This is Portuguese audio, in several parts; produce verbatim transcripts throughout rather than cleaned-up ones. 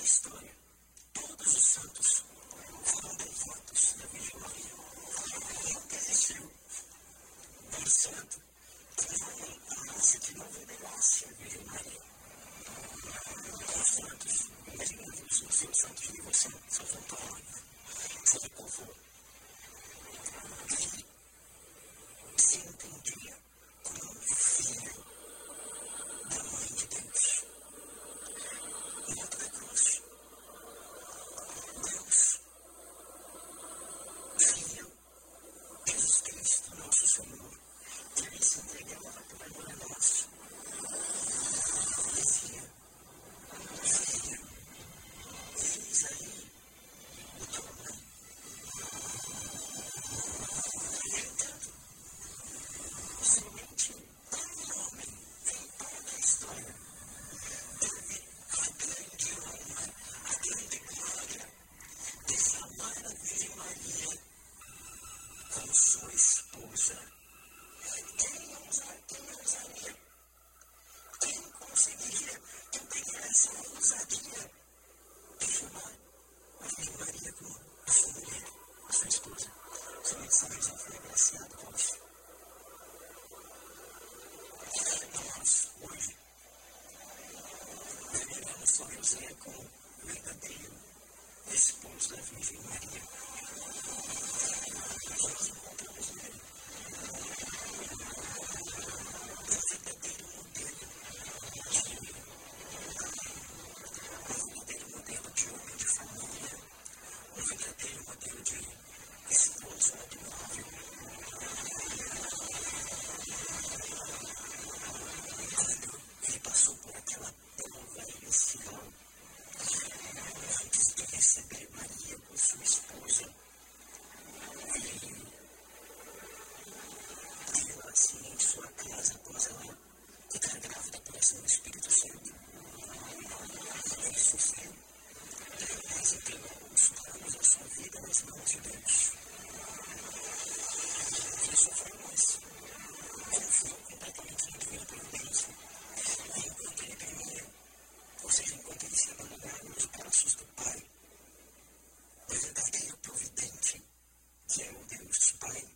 história, todos os santos foram devotos da Virgem Maria. Nunca existiu um santo que não amasse, que não venerasse a Virgem Maria. Os santos, imagine os seus santos de você, São Antônio, seja qual for, ele se entendia como um filho da Mãe de Deus. No alto da cruz, Deus, Filho, Jesus Cristo, nosso Senhor, ele se entregava por amor a nós. Dizia: Filho, eis aí o teu mãe. No entanto, somente um homem vem para a história. Teve a grande honra, a grande glória de salvar a Virgem Maria como sua esposa. Quem ousaria? Quem ousaria? Quem conseguiria? Quem teria essa ousadia de chamar a Virgem Maria como a sua mulher, a sua esposa? Somente São José foi agraciado com isso. Nós, hoje, veneramos São José como verdadeiro esposo da Virgem Maria. Nós encontramos nele um verdadeiro modelo de um verdadeiro modelo de homem de família, um verdadeiro modelo de esposo adorável. Quando ele passou por aquela prova inicial, antes de receber Maria como sua esposa, ele viu assim em sua casa, após ela ficar grávida por ação do Espírito Santo. Ele sofreu, mas entregou os planos da sua vida nas mãos de Deus. Ele sofreu, mas confiou completamente na divina providência. E enquanto ele dormia, ou seja, enquanto ele se abandonava nos braços do Pai, o verdadeiro providente, que é o Deus Pai,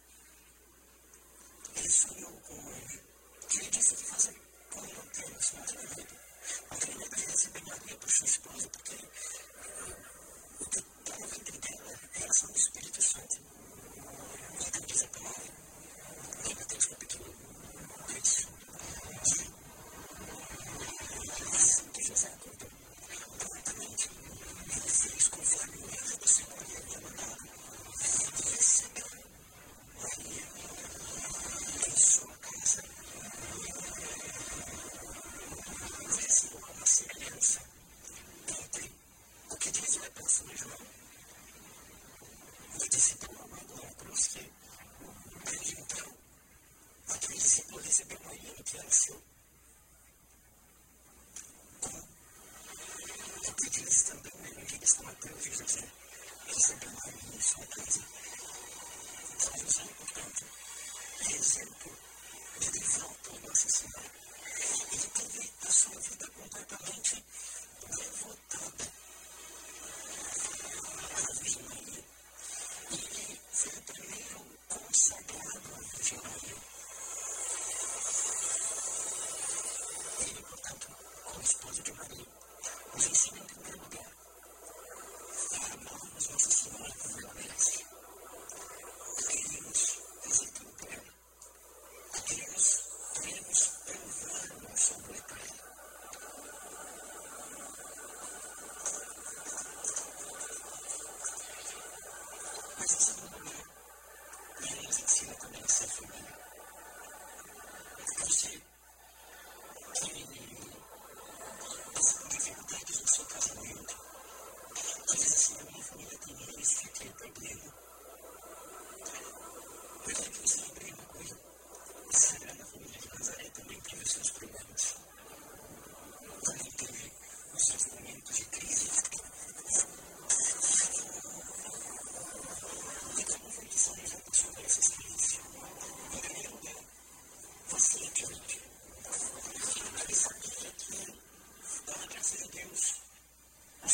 ele sonhou com um anjo que lhe disse o que fazer, como não ter no final da vida. Não tem medo de receber Maria por sua esposa, porque uh, o que está no ventre dela é a ação do Espírito Santo. Então diz a palavra, em Mateus capítulo dois, que assim que José acordou, prontamente ele fez conforme o anjo do Senhor lhe havia mandado, e recebeu Maria em sua casa. Versículo com uma semelhança entre o que diz o apóstolo João, o discípulo amado na cruz, que desde então aquele discípulo recebeu Maria no que era seu, com o que diz também o evangelista Mateus e José, recebeu Maria em sua casa. São José, portanto, é exemplo de devoto a Nossa Senhora. Ele teve a sua vida completamente devotada à Virgem Maria. E ele foi o primeiro consagrado à Virgem Maria. Ele, portanto, como esposo de Maria, nos ensina em primeiro lugar a amarmos Nossa Senhora como ela merece. A queremos exemplo por ela. A queremos, queremos provar o nosso amor por ela. Mas em segundo lugar, ele nos ensina também a ser família. Você que passa por dificuldades no seu casamento, que diz assim, a minha família tem esse aquele problema. Eu quero que você lembre uma coisa. A Sagrada Família de Nazaré também teve os seus problemas. Também teve os seus momentos de crise. E como foi que São José passou por essas crises? Em primeiro lugar, você é crente. Ele sabia que, pela graça de Deus,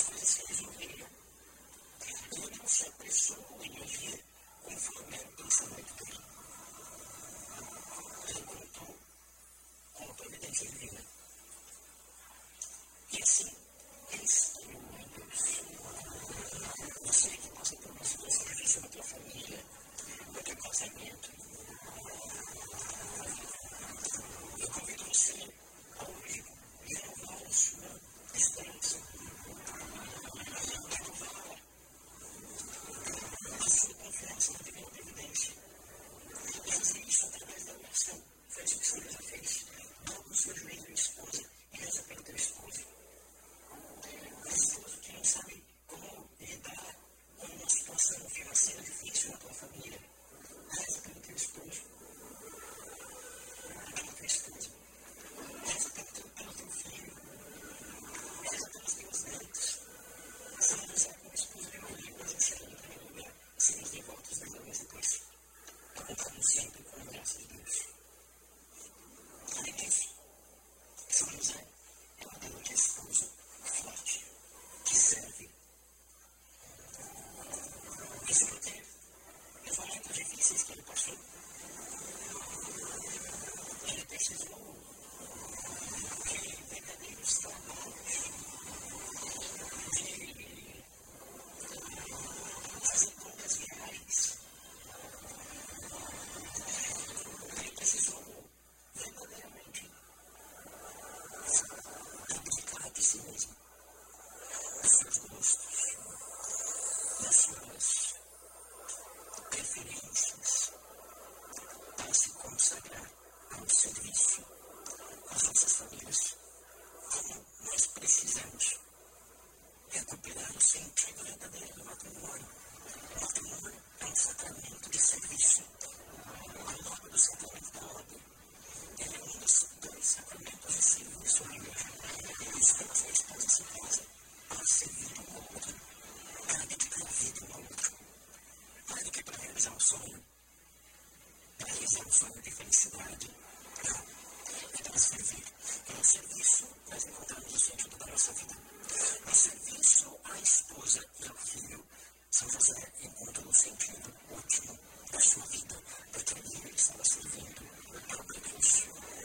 os seus gostos, das suas preferências, para se consagrar ao serviço das nossas famílias. Como nós precisamos recuperar o sentido verdadeiro do matrimônio. O matrimônio é um sacramento de serviço. Ao lado do sacramento da ordem, ele é um dos dois sacramentos de serviço à igreja. Isso é que a esposa se casa para servir um ao outro, para dedicar a vida um ao outro. Mais do que para realizar um sonho, para realizar um sonho de felicidade. Não. É para servir. E no serviço nós encontramos o sentido da nossa vida. No serviço à esposa e ao filho, São José encontrou o sentido último da sua vida, porque ali ele estava servindo o próprio Deus.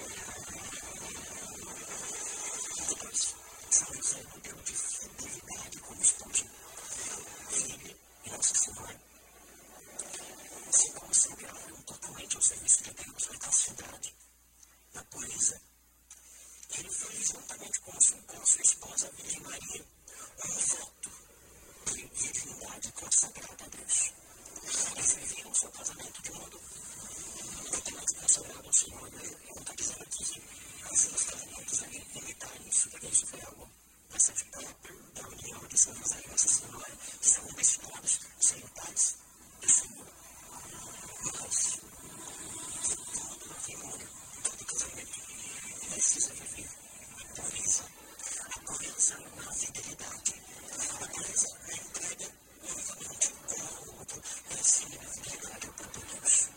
Depois, São José modelo de fidelidade como esposo. Ele e Nossa Senhora se consagraram totalmente ao serviço de Deus na castidade, na pureza. Ele fez, juntamente com sua, com sua esposa, a Virgem Maria, um voto de virgindade consagrada a Deus. Eles viviam o seu casamento de modo totalmente consagrado ao Senhor. Eu não estou dizendo que os seus casamentos ali imitaram isso, porque isso foi algo bastante próprio da união de São José e Nossa Senhora, que estavam destinados a serem pais do Senhor. Mas, todo matrimônio, todo casamento, precisa viver a pureza, a pureza na fidelidade, a pureza na entrega unicamente um ao outro, e assim na fidelidade ao próprio Deus.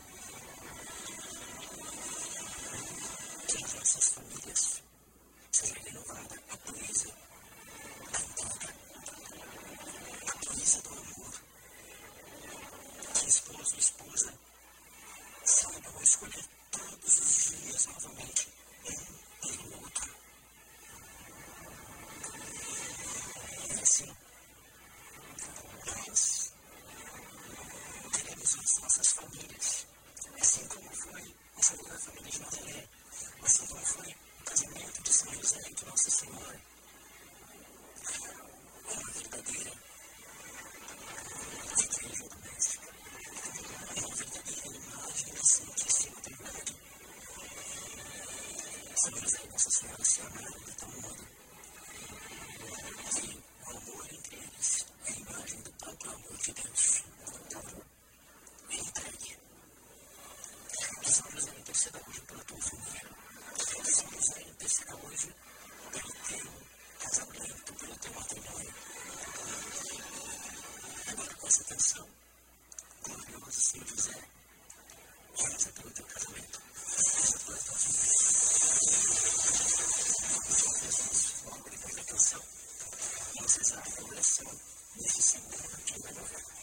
Que as nossas famílias seja renovada a pureza da entrega, a pureza do amor. Que esposo e esposa saibam escolher todos os dias novamente um pelo outro. E assim, nós teremos as nossas famílias, assim como foi a Sagrada Família de Nazaré, assim como foi o casamento de São José e de Nossa Senhora, uma verdadeira igreja doméstica, uma verdadeira imagem da Santíssima Trindade. São José e Nossa Senhora se amaram de tal modo que o amor entre eles é a imagem do próprio amor de Deus, do amor entregue. Que São José interceda hoje pela tua família, que São José interceda hoje pelo teu casamento, pelo teu matrimônio. Agora presta atenção, glorioso São José, reza pelo teu casamento, reza pela tua família. Jesus, logo depois da canção, vamos rezar a oração desse segundo dia da novena.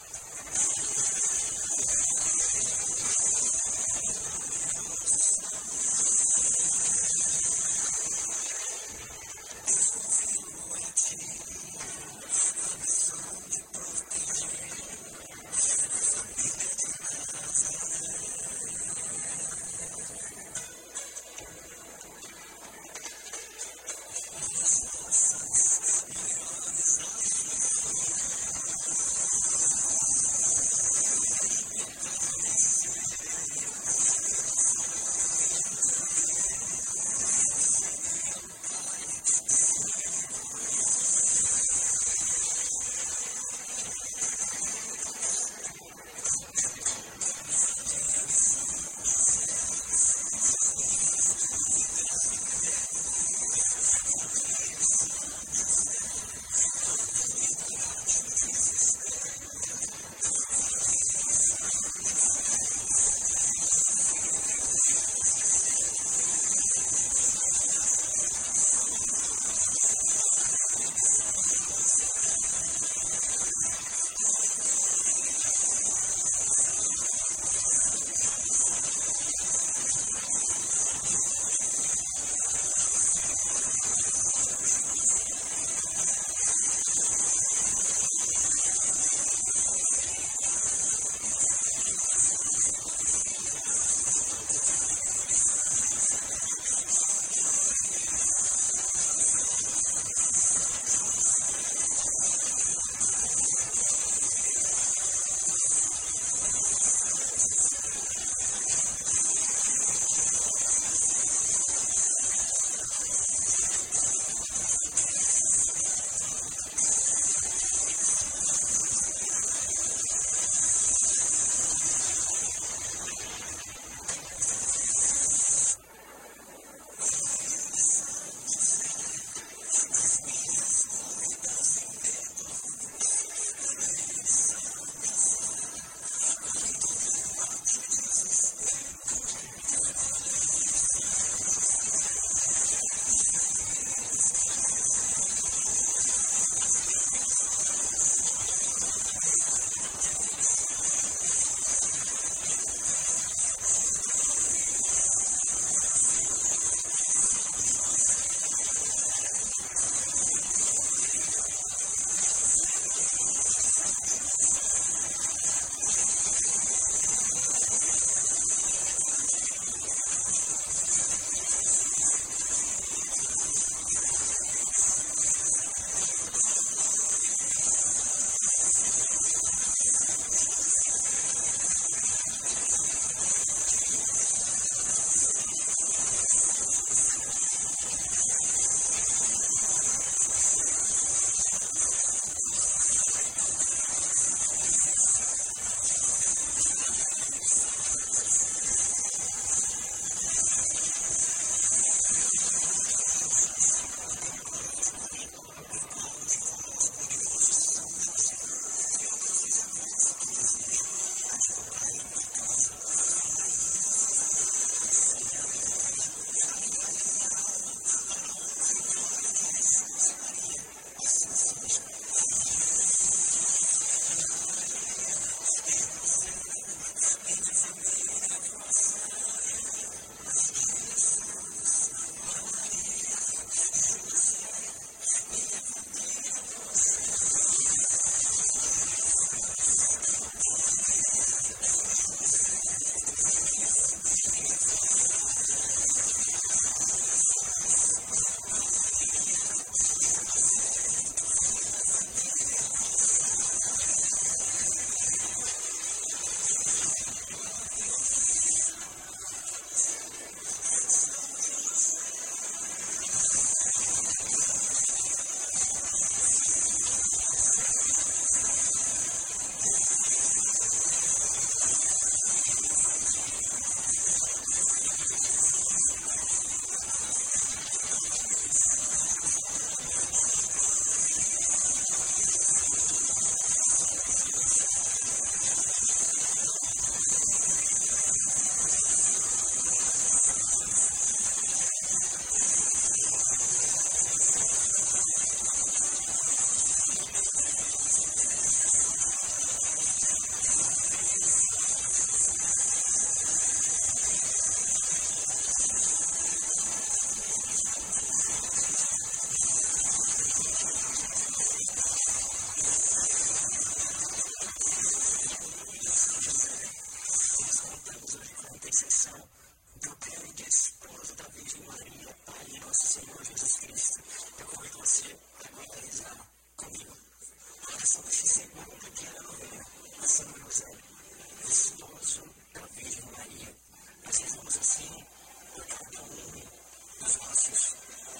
oração desse segundo dia da novena a São José, esposo da Virgem Maria. Nós rezamos assim por cada um dos nossos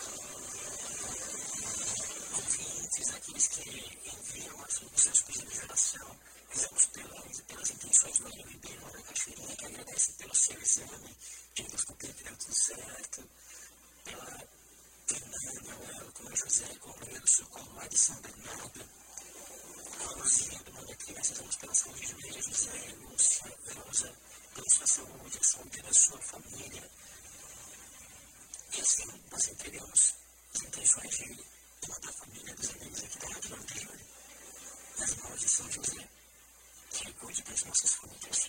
ouvintes, aqueles que enviam os seus pedidos de oração. Rezamos pelas, pelas intenções do Maria Ribeiro, da Cachoeirinha, que agradece pelo seu exame de endoscopia que deu tudo certo, pela Fernanda, com o José, com o Maria do Socorro, lá de São Bernardo, com a Luzinha do Mundo da Criança. Rezamos pela saúde de Maria José, Lúcia, Rosa, pela sua saúde, a saúde da sua família. E assim, nós entregamos as intenções de toda a família dos amigos aqui da Rádio Anterior, nas mãos de São José, que cuide das nossas famílias.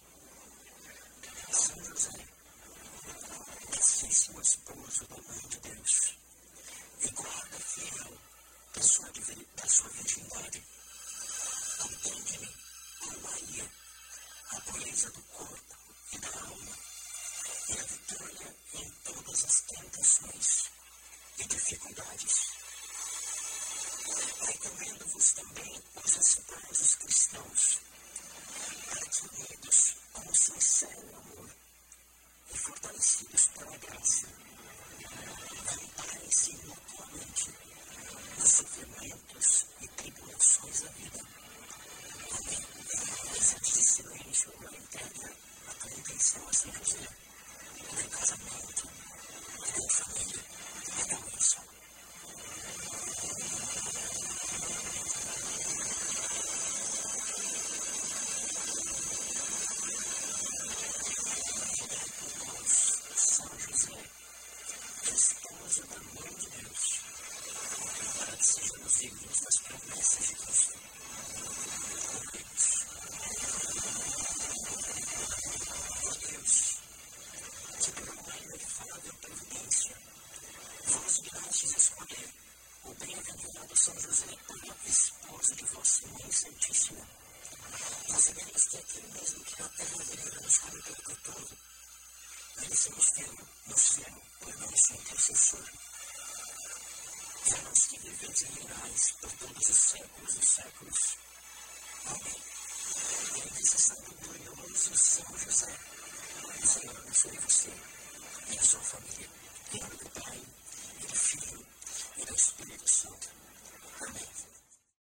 São José, castíssimo esposo da Mãe de Deus, e guarda fiel da sua, da sua virgindade, concede-me, ó Maria, a pureza do corpo e da alma, e a vitória em todas as tentações e dificuldades. Recomendo-vos também os esposos cristãos, para que unidos com sincero amor e fortalecidos pela graça, amparem-se mutuamente nos sofrimentos e tribulações da vida. Amém. Exerce de silêncio uma entrega a tua intenção a São José, em casamento, em família e na bênção. São José, esposo da Mãe de Deus, para que sejamos dignos das promessas de Cristo. Ó Deus, que por uma inefável providência vos digastes escolher o bem-aventurado São José como esposo de vossa Mãe Santíssima, nós sabemos que aquele mesmo que na terra venera nos como protetor, merecemos tê-lo no céu por nosso intercessor. E a nós que viveis e reinais por todos os séculos dos séculos. Amém. E nesse santo glorioso São José, o Senhor abençoe você e a sua família, em nome do Pai, e do Filho, e do Espírito Santo. Amém.